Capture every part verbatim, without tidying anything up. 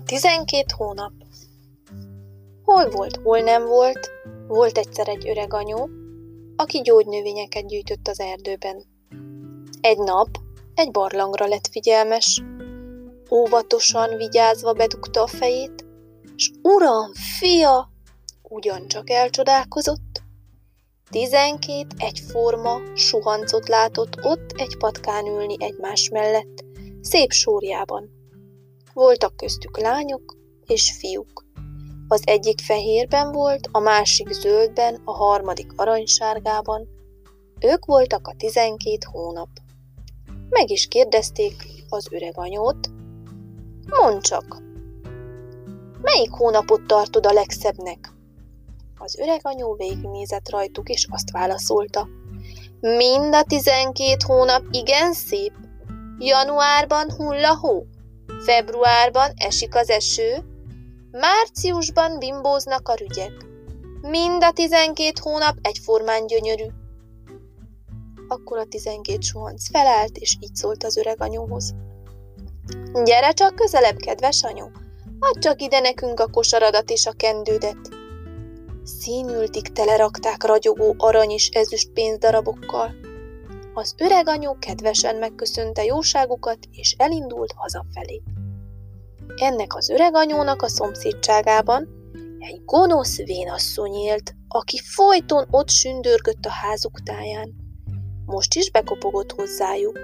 Tizenkét hónap. Hol volt, hol nem volt, volt egyszer egy öreg anyó, aki gyógynövényeket gyűjtött az erdőben. Egy nap egy barlangra lett figyelmes, óvatosan vigyázva bedugta a fejét, s uram, fia, ugyancsak elcsodálkozott. Tizenkét egyforma suhancot látott ott egy patkán ülni egymás mellett, szép sórjában. Voltak köztük lányok és fiúk. Az egyik fehérben volt, a másik zöldben, a harmadik aranysárgában. Ők voltak a tizenkét hónap. Meg is kérdezték az öreg anyót. Mondd csak, melyik hónapot tartod a legszebbnek? Az öreg anyó végignézett rajtuk, és azt válaszolta. Mind a tizenkét hónap igen szép. Januárban hull a hó, februárban esik az eső, márciusban bimbóznak a rügyek. Mind a tizenkét hónap egyformán gyönyörű. Akkor a tizenkét suhanc felállt, és így szólt az öreg anyóhoz. Gyere csak közelebb, kedves anyó, add csak ide nekünk a kosaradat és a kendődet. Színültig telerakták ragyogó arany és ezüst pénzdarabokkal. Az öreg anyó kedvesen megköszönte jóságukat, és elindult hazafelé. Ennek az öreg anyónak a szomszédságában egy gonosz vénasszony élt, aki folyton ott sündörgött a házuk táján. Most is bekopogott hozzájuk.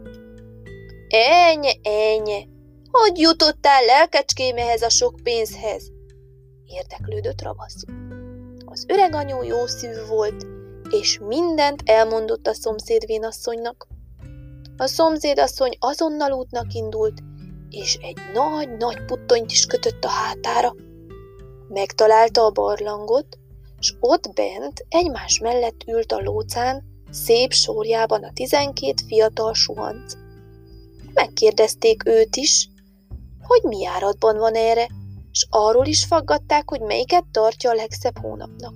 Enye, enye, hogy jutottál lelkecském ehhez a sok pénzhez? Érdeklődött ravaszul. Az öreg anyó jó szívű volt, és mindent elmondott a szomszéd vénasszonynak. A szomszédasszony azonnal útnak indult, és egy nagy-nagy puttonyt is kötött a hátára. Megtalálta a barlangot, s ott bent egymás mellett ült a lócán, szép sorjában a tizenkét fiatal suhanc. Megkérdezték őt is, hogy mi járatban van erre, s arról is faggatták, hogy melyiket tartja a legszebb hónapnak.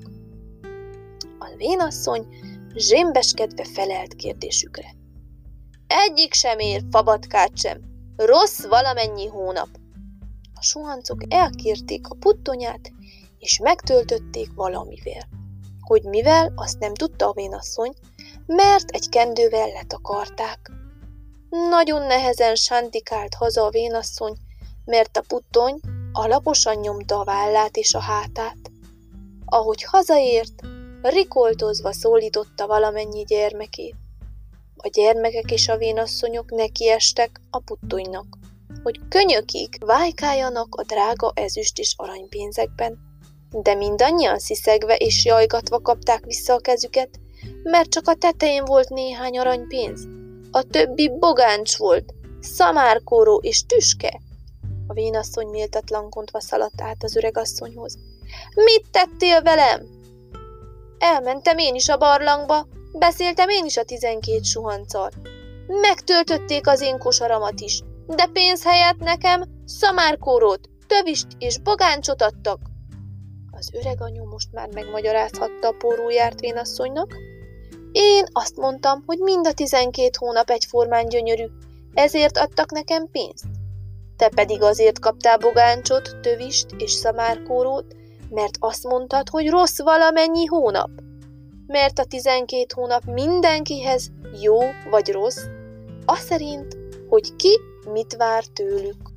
A vénasszony zsémbeskedve felelt kérdésükre. Egyik sem ér, fabatkát sem, rossz valamennyi hónap. A suhancok elkérték a puttonyát, és megtöltötték valamivel. Hogy mivel, azt nem tudta a vénasszony, mert egy kendővel letakarták. Nagyon nehezen sántikált haza a vénasszony, mert a puttony alaposan nyomta a vállát és a hátát. Ahogy hazaért, rikoltozva szólította valamennyi gyermekét. A gyermekek és a vénasszonyok nekiestek a puttonynak, hogy könyökig vájkáljanak a drága ezüst és aranypénzekben. De mindannyian sziszegve és jajgatva kapták vissza a kezüket, mert csak a tetején volt néhány aranypénz. A többi bogáncs volt, szamárkóró és tüske. A vénasszony méltatlankodva szaladt át az öregasszonyhoz. Mit tettél velem? Elmentem én is a barlangba, beszéltem én is a tizenkét suhanccal. Megtöltötték az én kosaramat is, de pénz helyett nekem szamárkórót, tövist és bogáncsot adtak. Az öreg anyu most már megmagyarázhatta a pórul járt vénasszonynak. Én azt mondtam, hogy mind a tizenkét hónap egyformán gyönyörű, ezért adtak nekem pénzt. Te pedig azért kaptál bogáncsot, tövist és szamárkórót, mert azt mondtad, hogy rossz valamennyi hónap. Mert a tizenkét hónap mindenkihez jó vagy rossz, az szerint, hogy ki mit vár tőlük.